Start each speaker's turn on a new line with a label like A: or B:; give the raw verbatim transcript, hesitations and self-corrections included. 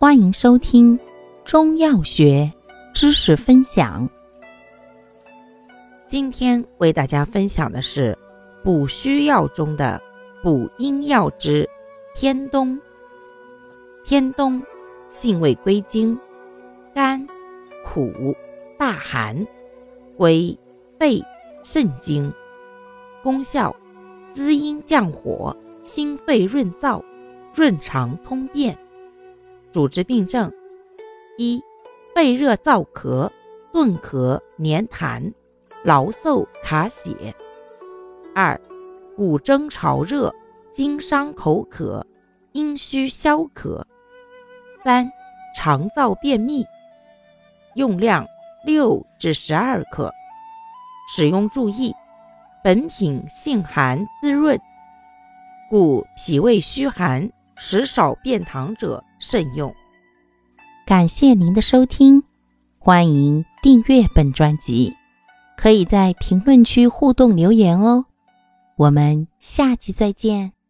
A: 欢迎收听中药学知识分享。今天为大家分享的是补虚药中的补阴药之天冬。天冬性味归经：甘、苦、大寒，归肺、肾经。功效：滋阴降火，清肺润燥，润肠通便。主治病症：一、肺热燥咳，顿咳黏痰，劳嗽卡血；二、骨蒸潮热，经伤口渴，阴虚消渴；三、肠燥便秘。用量六至十二克。使用注意：本品性寒滋润，故脾胃虚寒、食少便溏者慎用。
B: 感谢您的收听，欢迎订阅本专辑，可以在评论区互动留言哦。我们下期再见。